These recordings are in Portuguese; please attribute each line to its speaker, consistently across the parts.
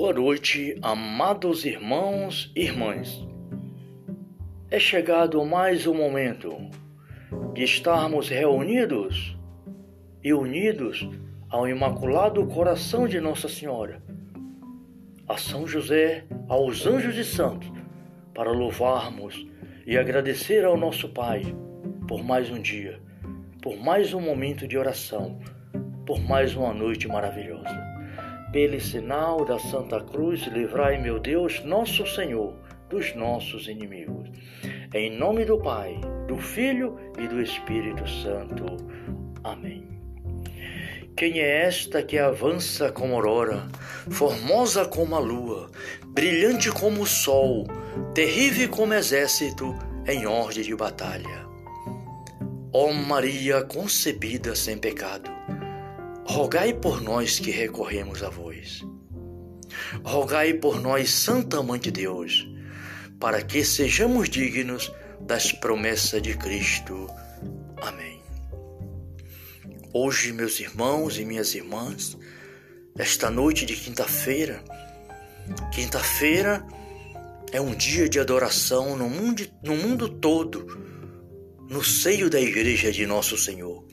Speaker 1: Boa noite, amados irmãos e irmãs. É chegado mais um momento de estarmos reunidos e unidos ao Imaculado Coração de Nossa Senhora, a São José, aos anjos e santos, para louvarmos e agradecer ao nosso Pai por mais um dia, por mais um momento de oração, por mais uma noite maravilhosa. Pelo sinal da Santa Cruz, livrai, meu Deus, nosso Senhor, dos nossos inimigos. Em nome do Pai, do Filho e do Espírito Santo. Amém. Quem é esta que avança como aurora, formosa como a lua, brilhante como o sol, terrível como exército em ordem de batalha? Ó Maria concebida sem pecado, rogai por nós que recorremos a vós. Rogai por nós, Santa Mãe de Deus, para que sejamos dignos das promessas de Cristo. Amém. Hoje, meus irmãos e minhas irmãs, esta noite de quinta-feira é um dia de adoração no mundo todo, no seio da Igreja de Nosso Senhor.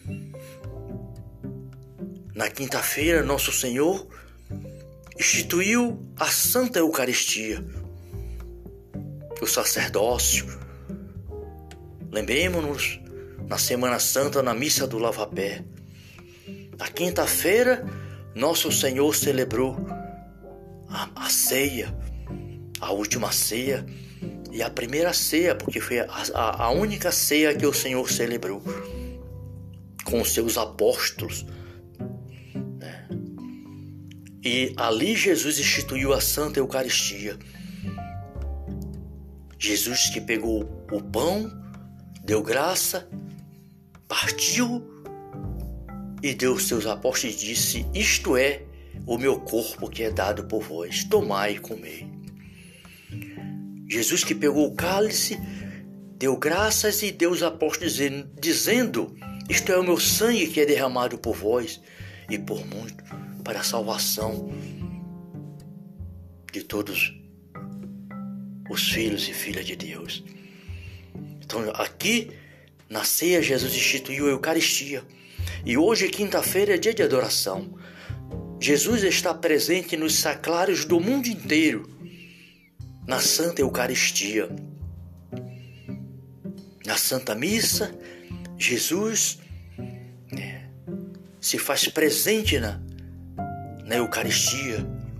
Speaker 1: Na quinta-feira, Nosso Senhor instituiu a Santa Eucaristia, o sacerdócio. Lembremos-nos, na Semana Santa, na Missa do Lava-Pé. Na quinta-feira, Nosso Senhor celebrou a ceia, a última ceia e a primeira ceia, porque foi a única ceia que o Senhor celebrou com os seus apóstolos. E ali Jesus instituiu a Santa Eucaristia. Jesus que pegou o pão, deu graça, partiu e deu aos seus apóstolos e disse: isto é o meu corpo que é dado por vós, tomai e comei. Jesus que pegou o cálice, deu graças e deu aos apóstolos dizendo: isto é o meu sangue que é derramado por vós e por muito, para a salvação de todos os filhos e filhas de Deus. Então, aqui na ceia, Jesus instituiu a Eucaristia. E hoje, quinta-feira, é dia de adoração. Jesus está presente nos sacrários do mundo inteiro, na Santa Eucaristia. Na Santa Missa, Jesus se faz presente na Eucaristia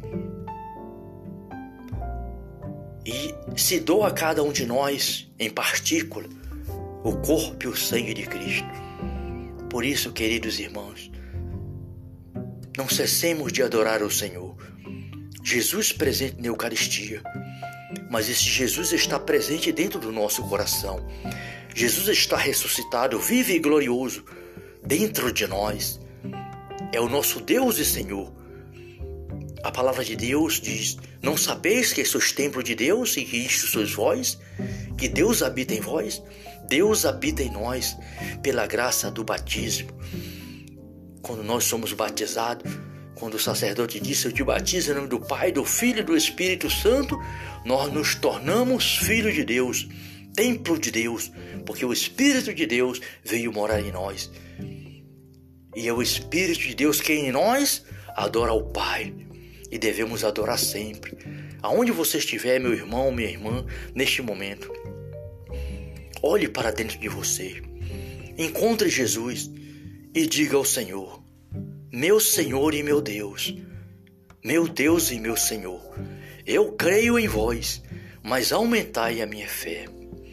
Speaker 1: e se doa a cada um de nós, em partícula, o corpo e o sangue de Cristo. Por isso, queridos irmãos, não cessemos de adorar o Senhor. Jesus presente na Eucaristia, mas esse Jesus está presente dentro do nosso coração. Jesus está ressuscitado, vivo e glorioso dentro de nós. É o nosso Deus e Senhor. A palavra de Deus diz: não sabeis que sois templo de Deus e que isto sois vós? Que Deus habita em vós? Deus habita em nós pela graça do batismo. Quando nós somos batizados, quando o sacerdote disse: eu te batizo em nome do Pai, do Filho e do Espírito Santo, nós nos tornamos filhos de Deus, templo de Deus, porque o Espírito de Deus veio morar em nós. E é o Espírito de Deus que em nós adora ao Pai. E devemos adorar sempre. Aonde você estiver, meu irmão, minha irmã, neste momento, olhe para dentro de você. Encontre Jesus e diga ao Senhor: meu Senhor e meu Deus e meu Senhor, eu creio em vós, mas aumentai a minha fé.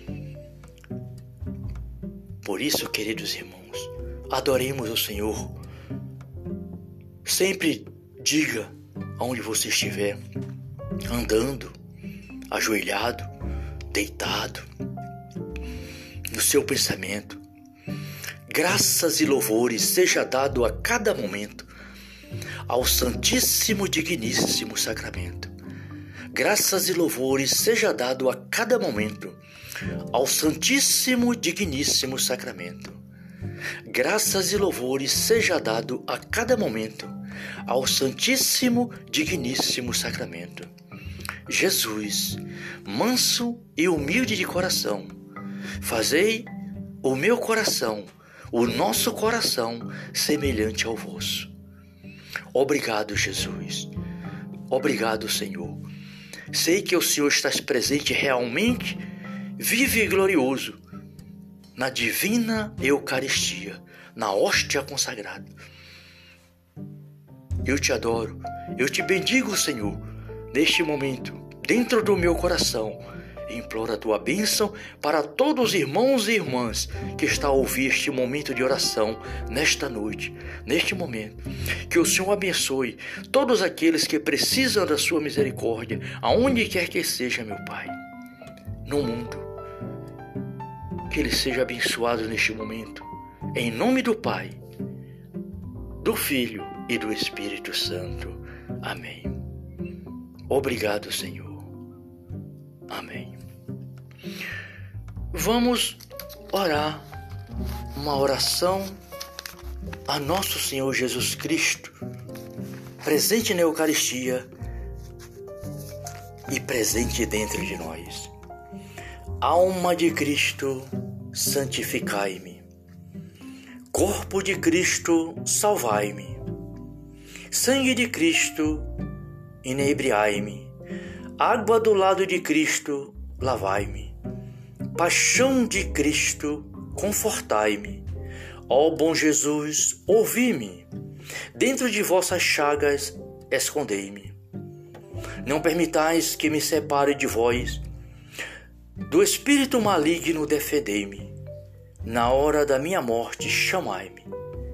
Speaker 1: Por isso, queridos irmãos, adoremos o Senhor. Sempre diga aonde você estiver, andando, ajoelhado, deitado, no seu pensamento: graças e louvores seja dado a cada momento ao Santíssimo Digníssimo Sacramento. Graças e louvores seja dado a cada momento ao Santíssimo Digníssimo Sacramento. graças e louvores seja dado a cada momento ao Santíssimo Digníssimo Sacramento. Jesus, manso e humilde de coração, fazei o meu coração, o nosso coração, semelhante ao vosso. Obrigado, Jesus. Obrigado, Senhor. Sei que o Senhor está presente realmente, vivo e glorioso, na divina Eucaristia, na hóstia consagrada. Eu te adoro, eu te bendigo, Senhor, neste momento, dentro do meu coração. Imploro a tua bênção para todos os irmãos e irmãs que estão a ouvir este momento de oração nesta noite, neste momento. Que o Senhor abençoe todos aqueles que precisam da sua misericórdia, aonde quer que seja, meu Pai, no mundo. Que ele seja abençoado neste momento, em nome do Pai, do Filho e do Espírito Santo. Amém. Obrigado, Senhor. Amém. Vamos orar uma oração a nosso Senhor Jesus Cristo, presente na Eucaristia e presente dentro de nós. Alma de Cristo, santificai-me. Corpo de Cristo, salvai-me. Sangue de Cristo, inebriai-me. Água do lado de Cristo, lavai-me. Paixão de Cristo, confortai-me. Ó bom Jesus, ouvi-me. Dentro de vossas chagas, escondei-me. Não permitais que me separe de vós. Do espírito maligno, defendei-me. Na hora da minha morte, chamai-me.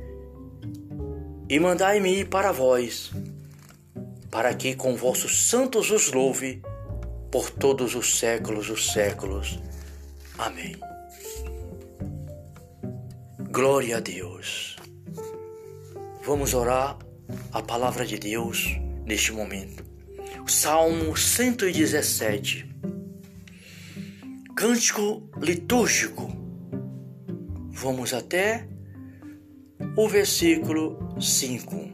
Speaker 1: E mandai-me ir para vós, para que com vossos santos os louve por todos os séculos. Amém. Glória a Deus. Vamos orar a palavra de Deus neste momento. Salmo 117. Cântico litúrgico. Vamos até o versículo 5.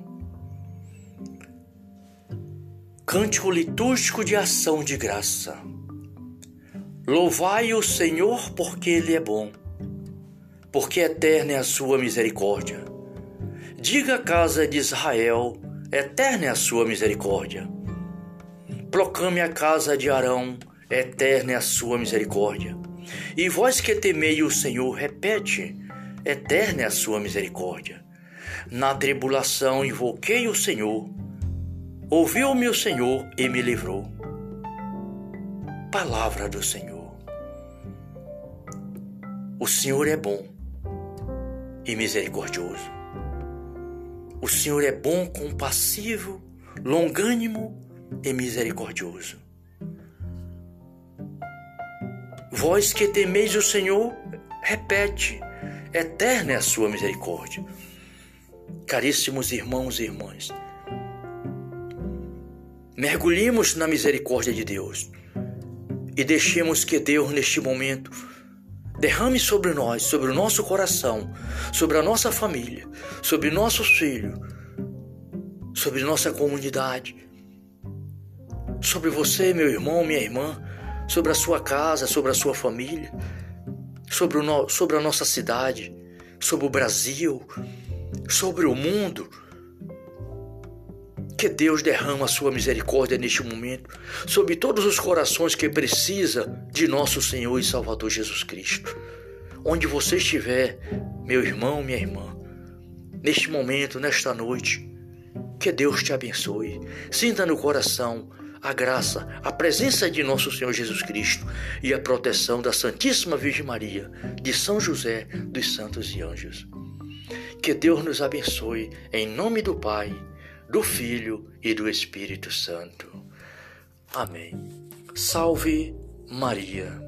Speaker 1: Cântico litúrgico de ação de graça. Louvai o Senhor porque Ele é bom, porque eterna é a sua misericórdia. Diga a casa de Israel, eterna é a sua misericórdia. Proclame a casa de Arão, eterna é a sua misericórdia. E vós que temei o Senhor, repete, eterna é a sua misericórdia. Na tribulação invoquei o Senhor, ouviu-me o Senhor e me livrou. Palavra do Senhor. O Senhor é bom e misericordioso. O Senhor é bom, compassivo, longânimo e misericordioso. Vós que temeis o Senhor, repete, eterna é a sua misericórdia. Caríssimos irmãos e irmãs, mergulhemos na misericórdia de Deus e deixemos que Deus, neste momento, derrame sobre nós, sobre o nosso coração, sobre a nossa família, sobre nossos filhos, sobre nossa comunidade, sobre você, meu irmão, minha irmã, sobre a sua casa, sobre a sua família, sobre a nossa cidade, sobre o Brasil, sobre o mundo. Que Deus derrama a sua misericórdia neste momento sobre todos os corações que precisam de nosso Senhor e Salvador Jesus Cristo. Onde você estiver, meu irmão, minha irmã, neste momento, nesta noite, que Deus te abençoe. Sinta no coração a graça, a presença de nosso Senhor Jesus Cristo e a proteção da Santíssima Virgem Maria, de São José, dos santos e anjos. Que Deus nos abençoe, em nome do Pai, do Filho e do Espírito Santo. Amém. Salve Maria.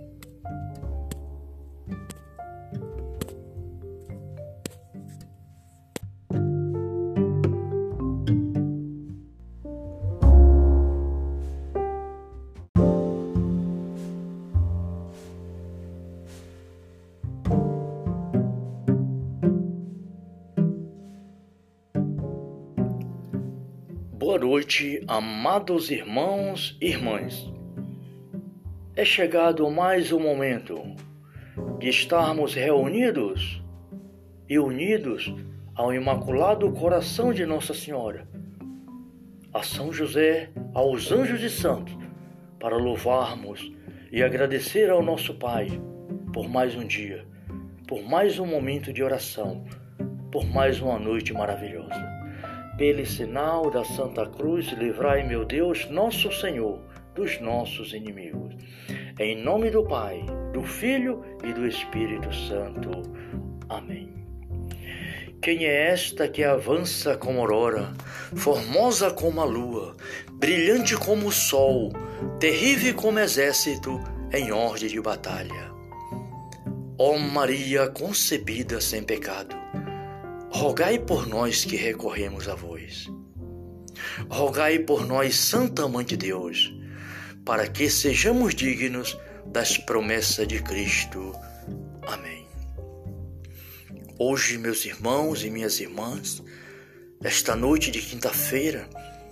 Speaker 1: noite, amados irmãos e irmãs. É chegado mais um momento de estarmos reunidos e unidos ao Imaculado Coração de Nossa Senhora, a São José, aos anjos e santos, para louvarmos e agradecer ao nosso Pai por mais um dia, por mais um momento de oração, por mais uma noite maravilhosa. Pelo sinal da Santa Cruz, livrai, meu Deus, nosso Senhor, dos nossos inimigos. Em nome do Pai, do Filho e do Espírito Santo. Amém. Quem é esta que avança como aurora, formosa como a lua, brilhante como o sol, terrível como exército em ordem de batalha? Ó Maria concebida sem pecado, rogai por nós que recorremos a vós. Rogai por nós, Santa Mãe de Deus, para que sejamos dignos das promessas de Cristo. Amém. Hoje, meus irmãos e minhas irmãs, esta noite de quinta-feira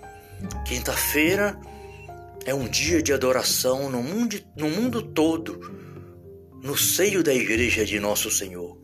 Speaker 1: é um dia de adoração no mundo todo, no seio da Igreja de Nosso Senhor.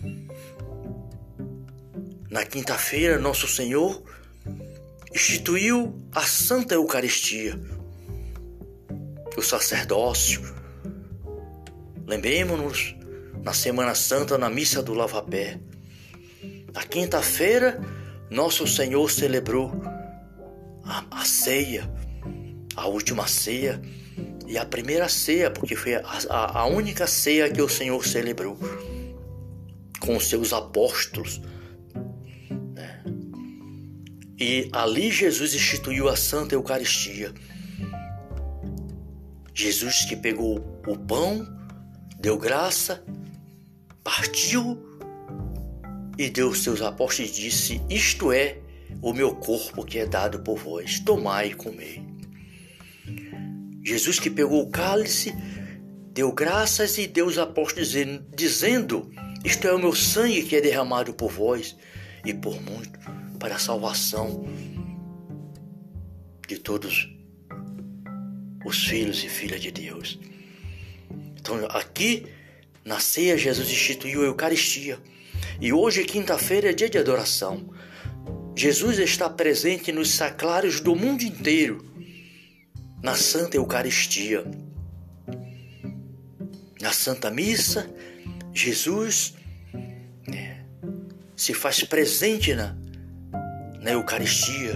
Speaker 1: Na quinta-feira, Nosso Senhor instituiu a Santa Eucaristia, o sacerdócio. Lembremos-nos, na Semana Santa, na Missa do Lava-Pé. Na quinta-feira, Nosso Senhor celebrou a ceia, a última ceia e a primeira ceia, porque foi a única ceia que o Senhor celebrou com os seus apóstolos. E ali Jesus instituiu a Santa Eucaristia. Jesus que pegou o pão, deu graça, partiu e deu aos seus apóstolos e disse: isto é o meu corpo que é dado por vós, tomai e comei. Jesus que pegou o cálice, deu graças e deu aos apóstolos dizendo: isto é o meu sangue que é derramado por vós e por muito, para a salvação de todos os filhos e filhas de Deus. Então aqui na ceia Jesus instituiu a Eucaristia. E hoje, quinta-feira, é dia de adoração. Jesus está presente nos sacrários do mundo inteiro, na Santa Eucaristia. Na Santa Missa, Jesus se faz presente na Eucaristia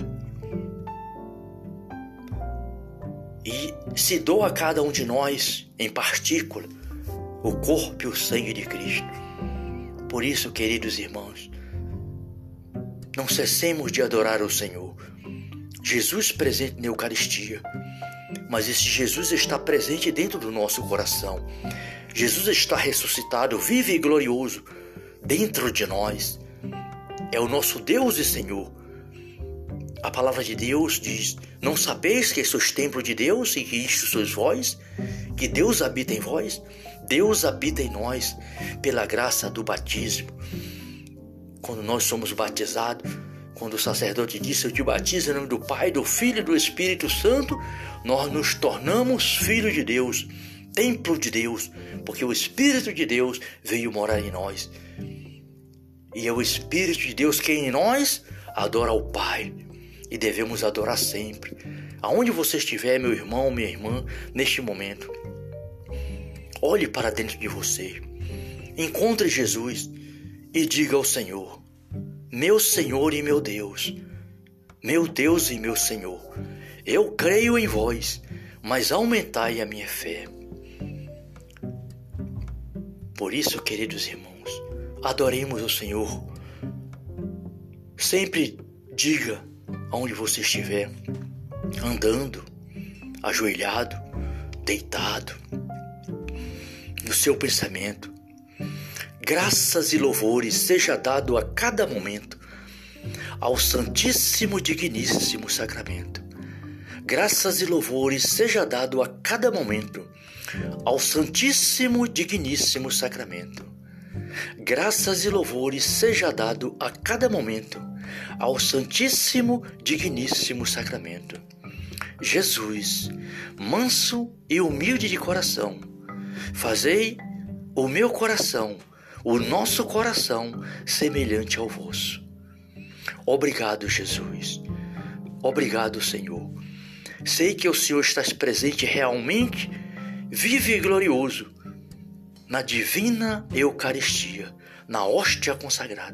Speaker 1: e se doa a cada um de nós, em partícula, o corpo e o sangue de Cristo. Por isso, queridos irmãos, não cessemos de adorar o Senhor. Jesus presente na Eucaristia, mas esse Jesus está presente dentro do nosso coração. Jesus está ressuscitado, vivo e glorioso dentro de nós. É o nosso Deus e Senhor. A palavra de Deus diz: não sabeis que sois templo de Deus e que isto sois vós? Que Deus habita em vós? Deus habita em nós pela graça do batismo. Quando nós somos batizados, quando o sacerdote disse: eu te batizo em nome do Pai, do Filho e do Espírito Santo, nós nos tornamos filhos de Deus, templo de Deus, porque o Espírito de Deus veio morar em nós. E é o Espírito de Deus que em nós adora ao Pai. E devemos adorar sempre. Aonde você estiver, meu irmão, minha irmã, neste momento, olhe para dentro de você. Encontre Jesus e diga ao Senhor: meu Senhor e meu Deus e meu Senhor, eu creio em vós, mas aumentai a minha fé. Por isso, queridos irmãos, adoremos o Senhor. Sempre diga, aonde você estiver, andando, ajoelhado, deitado, no seu pensamento: graças e louvores seja dado a cada momento ao Santíssimo e Digníssimo Sacramento. Graças e louvores seja dado a cada momento ao Santíssimo e Digníssimo Sacramento. Graças e louvores seja dado a cada momento ao Santíssimo Digníssimo Sacramento. Jesus, manso e humilde de coração, fazei o meu coração, o nosso coração, semelhante ao vosso. Obrigado, Jesus. Obrigado, Senhor. Sei que o Senhor está presente realmente, vivo e glorioso, na divina Eucaristia, na hóstia consagrada.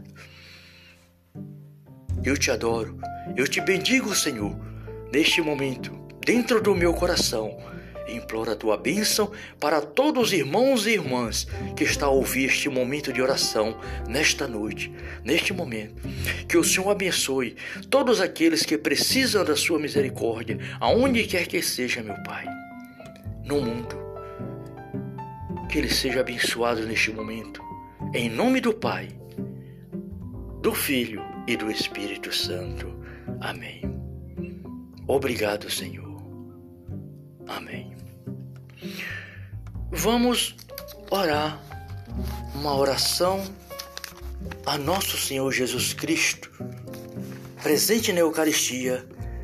Speaker 1: Eu te adoro, eu te bendigo, Senhor, neste momento, dentro do meu coração. Imploro a tua bênção para todos os irmãos e irmãs que estão a ouvir este momento de oração nesta noite, neste momento. Que o Senhor abençoe todos aqueles que precisam da sua misericórdia, aonde quer que seja, meu Pai, no mundo. Que ele seja abençoado neste momento, em nome do Pai, do Filho e do Espírito Santo. Amém. Obrigado, Senhor. Amém. Vamos orar uma oração a nosso Senhor Jesus Cristo, presente na Eucaristia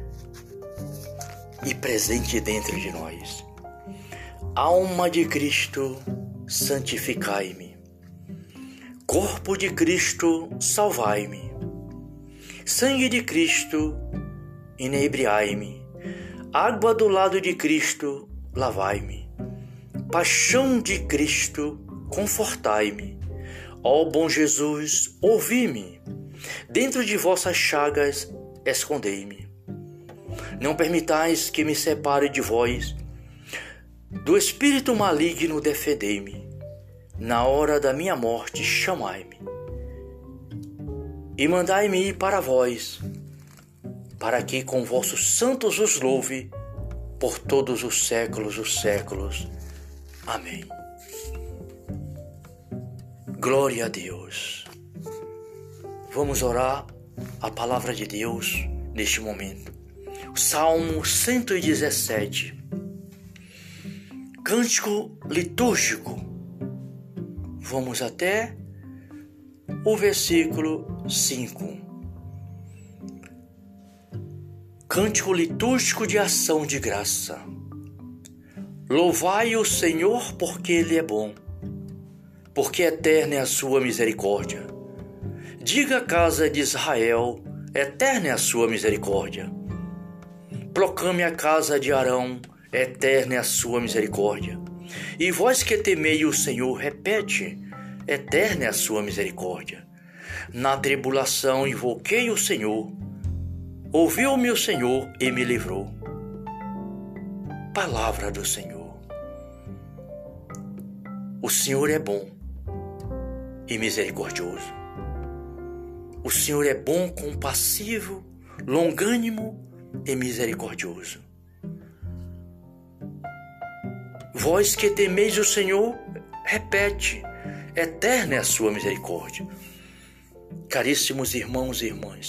Speaker 1: e presente dentro de nós. Alma de Cristo, santificai-me. Corpo de Cristo, salvai-me. Sangue de Cristo, inebriai-me. Água do lado de Cristo, lavai-me. Paixão de Cristo, confortai-me. Ó bom Jesus, ouvi-me. Dentro de vossas chagas, escondei-me. Não permitais que me separe de vós. Do espírito maligno, defendei-me. Na hora da minha morte, chamai-me. E mandai-me ir para vós, para que com vossos santos os louve por todos os séculos dos séculos. Amém. Glória a Deus. Vamos orar a palavra de Deus neste momento. Salmo 117. Cântico litúrgico. Vamos até o versículo 5. Cântico litúrgico de ação de graça. Louvai o Senhor porque Ele é bom, porque eterna é a sua misericórdia. Diga a casa de Israel, eterna é a sua misericórdia. Proclame a casa de Arão, eterna é a sua misericórdia. E vós que temei o Senhor, repete, eterna é a sua misericórdia. Na tribulação invoquei o Senhor, ouviu-me o Senhor e me livrou. Palavra do Senhor. O Senhor é bom e misericordioso. O Senhor é bom, compassivo, longânimo e misericordioso. Vós que temeis o Senhor, repete, eterna é a sua misericórdia. Caríssimos irmãos e irmãs,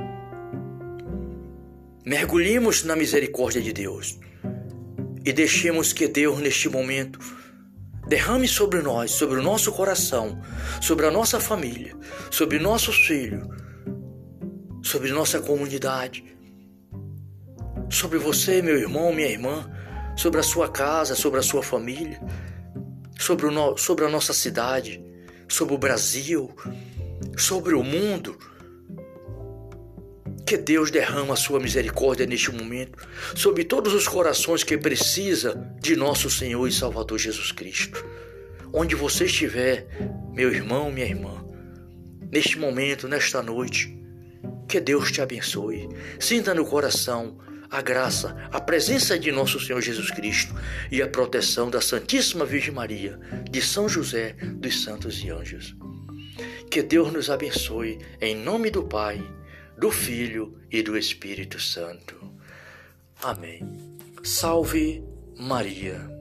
Speaker 1: mergulhemos na misericórdia de Deus e deixemos que Deus, neste momento, derrame sobre nós, sobre o nosso coração, sobre a nossa família, sobre nossos filhos, sobre nossa comunidade, sobre você, meu irmão, minha irmã, sobre a sua casa, sobre a sua família, sobre a nossa cidade, sobre o Brasil, sobre o mundo. Que Deus derrama a sua misericórdia neste momento sobre todos os corações que precisam de nosso Senhor e Salvador Jesus Cristo. Onde você estiver, meu irmão, minha irmã, neste momento, nesta noite, que Deus te abençoe. Sinta no coração a graça, a presença de nosso Senhor Jesus Cristo e a proteção da Santíssima Virgem Maria, de São José, dos santos e anjos. Que Deus nos abençoe, em nome do Pai, do Filho e do Espírito Santo. Amém. Salve Maria.